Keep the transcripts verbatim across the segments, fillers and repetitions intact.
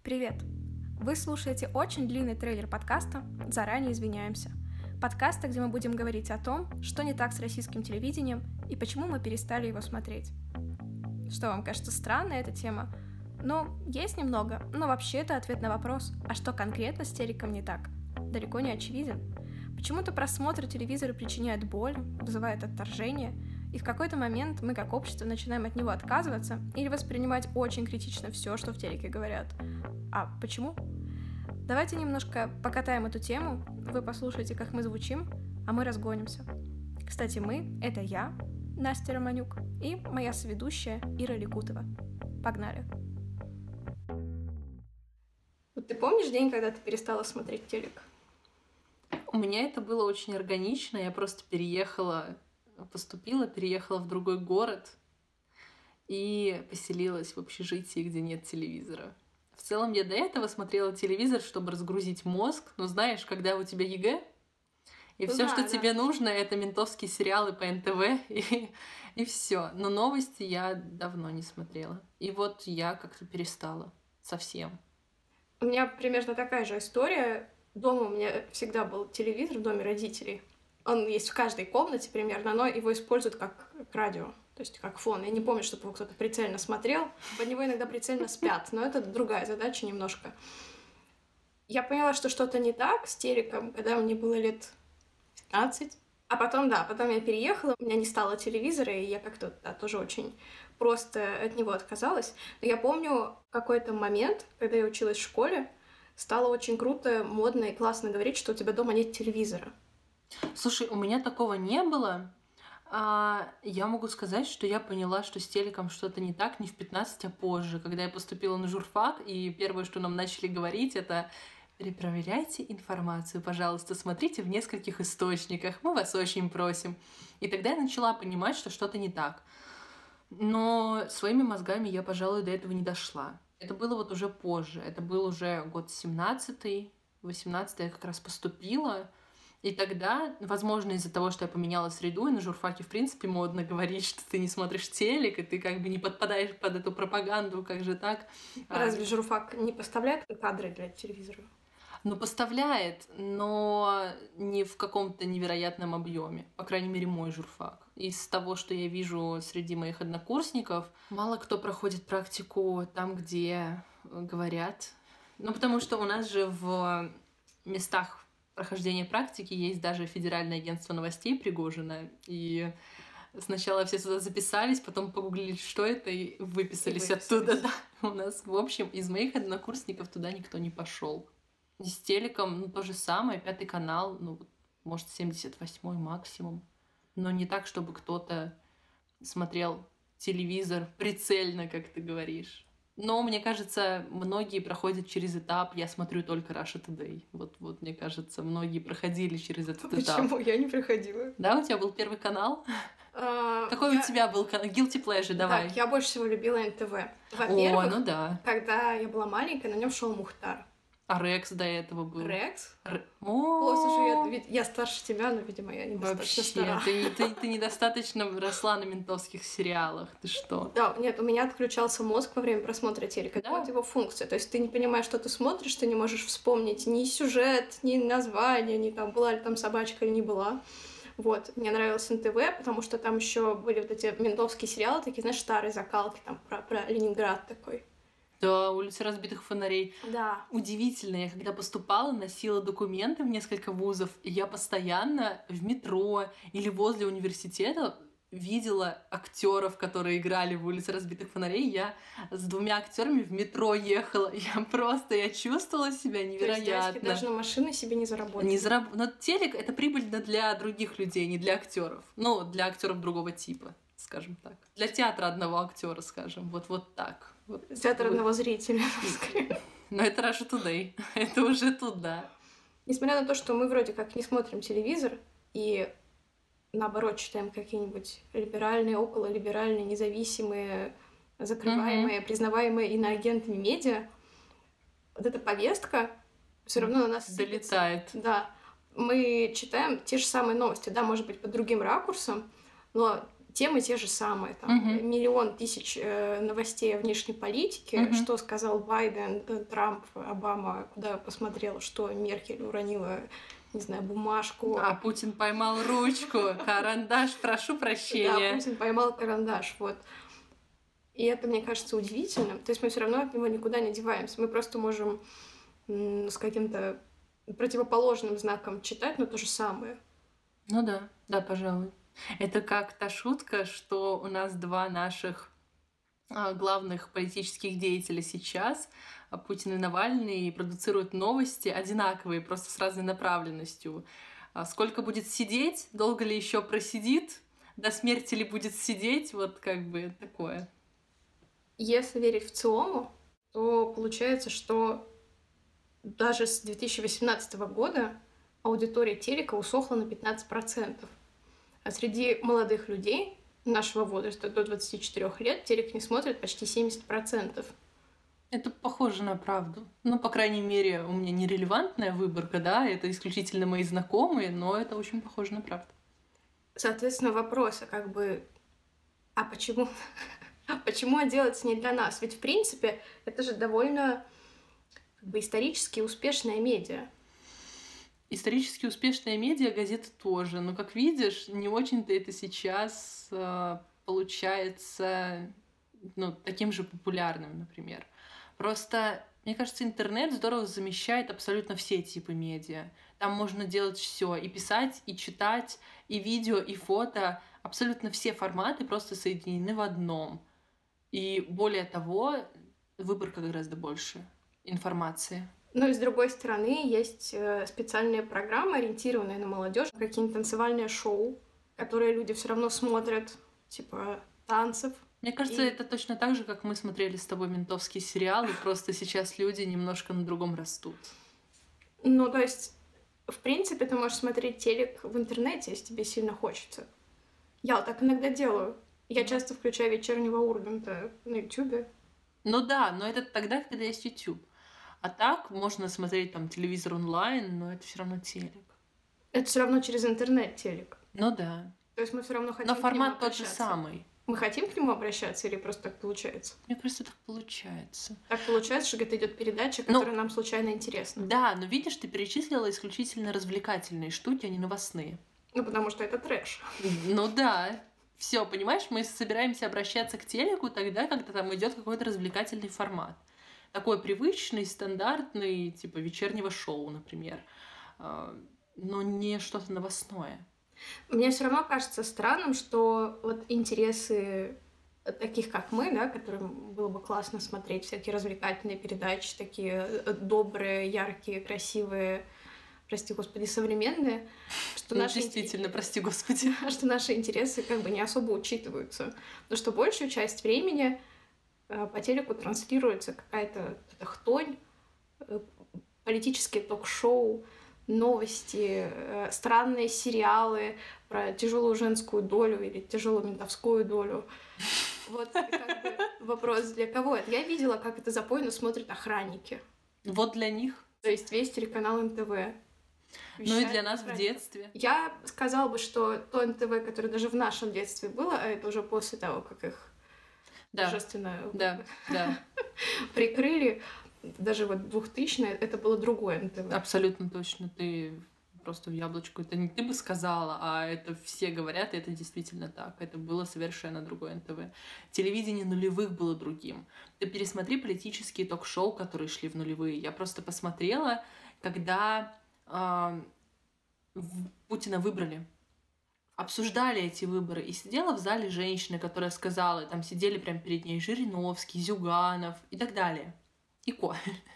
Привет! Вы слушаете очень длинный трейлер подкаста «Заранее извиняемся». Подкаста, где мы будем говорить о том, что не так с российским телевидением и почему мы перестали его смотреть. Что, вам кажется странной эта тема? Ну, есть немного, но вообще это ответ на вопрос, а что конкретно с телеком не так? Далеко не очевиден. Почему-то просмотр телевизора причиняет боль, вызывает отторжение, и в какой-то момент мы как общество начинаем от него отказываться или воспринимать очень критично все, что в телеке говорят. А почему? Давайте немножко покатаем эту тему, вы послушайте, как мы звучим, а мы разгонимся. Кстати, мы — это я, Настя Романюк, и моя соведущая Ира Ликутова. Погнали! Вот ты помнишь день, когда ты перестала смотреть телек? У меня это было очень органично, я просто переехала, поступила, переехала в другой город и поселилась в общежитии, где нет телевизора. В целом я до этого смотрела телевизор, чтобы разгрузить мозг, но знаешь, когда у тебя ЕГЭ, и Ну все, да, что да. тебе нужно, это ментовские сериалы по эн тэ вэ, и, и все. Но новости я давно не смотрела. И вот я как-то перестала совсем. У меня примерно такая же история. Дома у меня всегда был телевизор в доме родителей. Он есть в каждой комнате примерно, но его используют как радио, то есть как фон. Я не помню, чтобы его кто-то прицельно смотрел. Под него иногда прицельно спят, но это другая задача немножко. Я поняла, что что-то не так с телеком, когда мне было лет пятнадцать. А потом, да, потом я переехала, у меня не стало телевизора, и я как-то да, тоже очень просто от него отказалась. Но я помню какой-то момент, когда я училась в школе, стало очень круто, модно и классно говорить, что у тебя дома нет телевизора. Слушай, у меня такого не было. А, я могу сказать, что я поняла, что с телеком что-то не так не в пятнадцать, а позже, когда я поступила на журфак, и первое, что нам начали говорить, это перепроверяйте информацию, пожалуйста, смотрите в нескольких источниках, мы вас очень просим. И тогда я начала понимать, что что-то не так. Но своими мозгами я, пожалуй, до этого не дошла. Это было вот уже позже, это был уже год семнадцатый, восемнадцатый я как раз поступила. И тогда, возможно, из-за того, что я поменяла среду, и на журфаке, в принципе, модно говорить, что ты не смотришь телек, и ты как бы не подпадаешь под эту пропаганду, как же так? Разве журфак не поставляет кадры для телевизора? Ну, поставляет, но не в каком-то невероятном объеме. По крайней мере, мой журфак. Из того, что я вижу среди моих однокурсников, мало кто проходит практику там, где говорят. Ну, потому что у нас же в местах прохождения практики есть даже Федеральное агентство новостей Пригожина. И сначала все сюда записались, потом погуглили, что это, и выписались, и выписались. Оттуда. Да. У нас, в общем, из моих однокурсников туда никто не пошел. И с телеком, ну, то же самое, Пятый канал, ну, может, семьдесят восьмой максимум. Но не так, чтобы кто-то смотрел телевизор прицельно, как ты говоришь. Но, мне кажется, многие проходят через этап «я смотрю только Russia Today». Вот, вот, мне кажется, многие проходили через этот Почему? этап. Почему? Я не проходила. Да, у тебя был Первый канал? А, Какой я... у тебя был канал? Guilty Pleasure, давай. Так, я больше всего любила эн тэ вэ. Во-первых, О, ну да. когда я была маленькая, на нем шел Мухтар. А Рекс до этого был. Рекс? Р... О, слушай, я, ведь я старше тебя, но, видимо, я недостаточно Вообще, стара. ты, ты, ты недостаточно росла на ментовских сериалах. Ты что? Да, нет, у меня отключался мозг во время просмотра телека. Это Да? вот его функция. То есть ты не понимаешь, что ты смотришь, ты не можешь вспомнить ни сюжет, ни название, ни там, была ли там собачка или не была. Вот, мне нравилось эн тэ вэ, потому что там еще были вот эти ментовские сериалы, такие, знаешь, старые закалки, там, про, про Ленинград такой. Да, «Улица разбитых фонарей». Да. Удивительно, я когда поступала, носила документы в несколько вузов, и я постоянно в метро или возле университета видела актеров, которые играли в «Улице разбитых фонарей». Я с двумя актерами в метро ехала. Я просто, я чувствовала себя невероятно. То есть дядьки даже на машины себе не заработали. Не зараб... Но телек — это прибыльно для других людей, не для актеров. Ну, для актеров другого типа, скажем так. Для театра одного актера, скажем. Вот, вот так. Вот. Театр одного зрителя, скорее. Но это Russia Today. Это уже туда. Несмотря на то, что мы вроде как не смотрим телевизор и наоборот читаем какие-нибудь либеральные, окололиберальные, независимые, закрываемые, mm-hmm. признаваемые иноагентами медиа, вот эта повестка все равно на нас долетает. Сыпется. Да. Мы читаем те же самые новости, да, может быть, под другим ракурсом, но темы те же самые. Там Мгм. миллион тысяч э, новостей о внешней политике, Мгм. что сказал Байден, э, Трамп, Обама, куда посмотрела, что Меркель уронила, не знаю, бумажку. А Путин поймал ручку, карандаш, прошу Да, прощения. Путин поймал карандаш, вот. И это, мне кажется, удивительным. То есть мы все равно от него никуда не деваемся. Мы просто можем м, с каким-то противоположным знаком читать, но то же самое. Ну да, да, пожалуй. Это как та шутка, что у нас два наших а, главных политических деятеля сейчас, а, Путин и Навальный, продуцируют новости одинаковые, просто с разной направленностью. А сколько будет сидеть, долго ли еще просидит, до смерти ли будет сидеть, вот как бы такое. Если верить в ЦИОМу, то получается, что даже с две тысячи восемнадцатого года аудитория телека усохла на пятнадцать процентов. А среди молодых людей нашего возраста до двадцати четырёх лет телек не смотрят почти семьдесят процентов. Это похоже на правду. Ну, по крайней мере, у меня нерелевантная выборка, да, это исключительно мои знакомые, но это очень похоже на правду. Соответственно, вопрос, а как бы, а почему, почему делается не для нас? Ведь, в принципе, это же довольно как бы, исторически успешная медиа. Исторически успешная медиа, газеты тоже, но, как видишь, не очень-то это сейчас э, получается ну, таким же популярным, например. Просто, мне кажется, интернет здорово замещает абсолютно все типы медиа. Там можно делать все, и писать, и читать, и видео, и фото. Абсолютно все форматы просто соединены в одном. И более того, выборка гораздо больше информации. Ну и с другой стороны, есть э, специальные программы, ориентированные на молодежь, какие-нибудь танцевальные шоу, которые люди все равно смотрят, типа танцев. Мне кажется, И- это точно так же, как мы смотрели с тобой ментовские сериалы, просто сейчас люди немножко на другом растут. Ну, то есть, в принципе, ты можешь смотреть телек в интернете, если тебе сильно хочется. Я вот так иногда делаю. Я Да. часто включаю вечернего Урганта на Ютубе. Ну да, но это тогда, когда есть YouTube. А так можно смотреть там телевизор онлайн, но это все равно телек. Это все равно через интернет телек. Ну да. То есть мы все равно хотим Но к нему формат тот же обращаться. самый. Мы хотим к нему обращаться или просто так получается? Мне кажется, так получается. Так получается, что где-то идет передача, Ну, которая нам случайно интересна. Да, но видишь, ты перечислила исключительно развлекательные штуки, а не новостные. Ну, потому что это трэш. Ну да. Все, понимаешь, мы собираемся обращаться к телеку тогда, когда там идет какой-то развлекательный формат. Такой привычный, стандартный, типа вечернего шоу, например. А, Но не что-то новостное. Мне все равно кажется странным, что вот интересы таких, как мы, да, которым было бы классно смотреть всякие развлекательные передачи, такие э, добрые, яркие, красивые, прости господи, современные, что Ну, наши, действительно, прости господи. что наши интересы как бы не особо учитываются. Потому что большую часть времени э, по телеку транслируется какая-то эта хтонь, э, политические ток-шоу, новости, э, странные сериалы про тяжелую женскую долю или тяжелую ментовскую долю. Вот как бы вопрос, для кого это? Я видела, как это запойно смотрят охранники. Вот для них. То есть весь телеканал эн тэ вэ. Ну и вещает для нас в охранников. детстве. Я сказала бы, что то эн тэ вэ, которое даже в нашем детстве было, а это уже после того, как их Да, торжественно да, да, прикрыли, даже вот двухтысячные, это было другое эн тэ вэ. абсолютно точно. Ты просто в яблочку. Это не ты бы сказала, а это все говорят, и это действительно так. Это было совершенно другое эн тэ вэ. Телевидение нулевых было другим. Ты пересмотри политические ток-шоу, которые шли в нулевые. Я просто посмотрела, когда а, в- Путина выбрали. Обсуждали эти выборы. И сидела в зале женщина, которая сказала, там сидели прямо перед ней Жириновский, Зюганов и так далее. И Ко.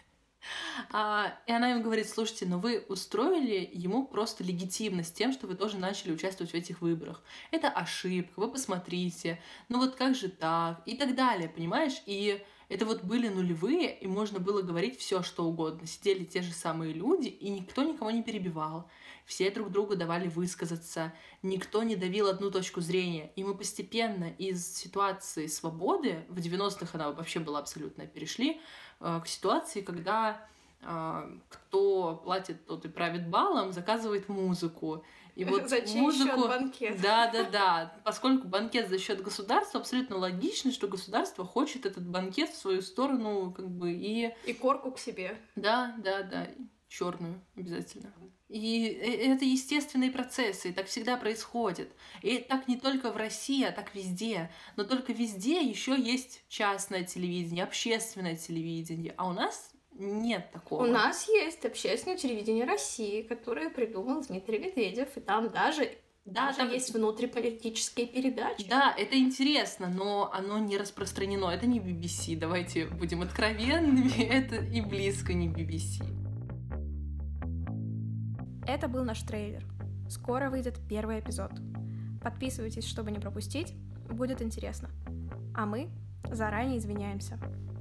А, и она им говорит, слушайте, ну вы устроили ему просто легитимность тем, что вы тоже начали участвовать в этих выборах. Это ошибка, вы посмотрите, ну вот как же так, и так далее, понимаешь? И это вот были нулевые, и можно было говорить все, что угодно. Сидели те же самые люди, и никто никого не перебивал. Все друг другу давали высказаться, никто не давил одну точку зрения. И мы постепенно из ситуации свободы, в девяностых она вообще была абсолютно, перешли э, к ситуации, когда э, кто платит, тот и правит балом, заказывает музыку. И вот за чей музыку... счет банкет? Да, да, да. Поскольку банкет за счет государства, абсолютно логично, что государство хочет этот банкет в свою сторону, как бы и. И корку к себе. Да, да, да. Черную обязательно. И это естественные процессы, и так всегда происходит. И так не только в России, а так везде. Но только везде еще есть частное телевидение, общественное телевидение. А у нас нет такого. У нас есть общественное телевидение России, которое придумал Дмитрий Медведев, и там даже, да, даже там есть внутриполитические передачи. Да, это интересно, но оно не распространено. Это не би би си, давайте будем откровенными, это и близко не би би си. Это был наш трейлер. Скоро выйдет первый эпизод. Подписывайтесь, чтобы не пропустить, будет интересно. А мы заранее извиняемся.